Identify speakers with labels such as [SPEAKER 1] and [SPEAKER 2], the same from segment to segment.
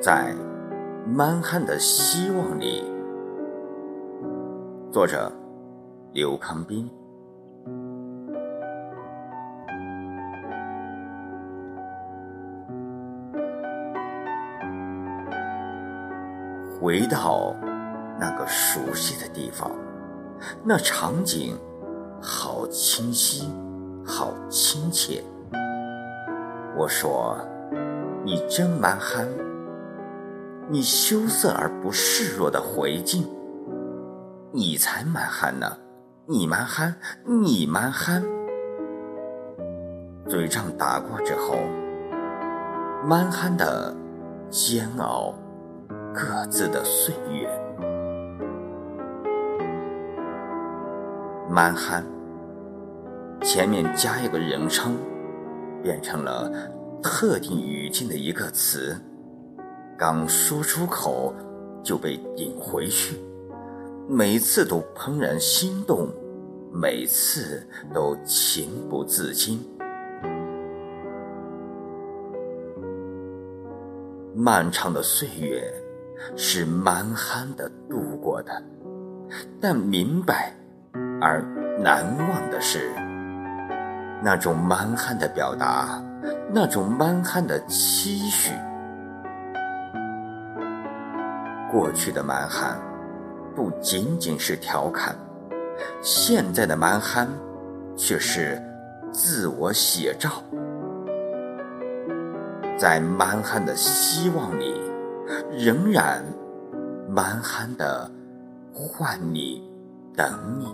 [SPEAKER 1] 在蛮汉的希望里。作者刘康斌。回到那个熟悉的地方，那场景好清晰，好亲切。我说，你真蛮憨，你羞涩而不示弱的回敬，你才蛮憨呢，你蛮憨，你蛮憨。嘴仗打过之后，蛮憨的煎熬，各自的岁月。蛮憨前面加一个人称，变成了特定语境的一个词，刚说出口就被顶回去，每次都怦然心动，每次都情不自禁。漫长的岁月是蛮憨的度过的，但明白而难忘的是，那种蛮憨的表达，那种蛮憨的期许。过去的蛮憨不仅仅是调侃，现在的蛮憨却是自我写照。在蛮憨的希望里，仍然蛮憨的唤你，等你。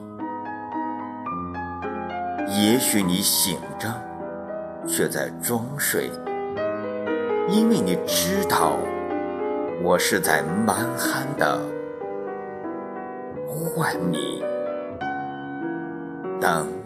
[SPEAKER 1] 也许你醒着，却在装睡，因为你知道，我是在蛮憨的唤你，等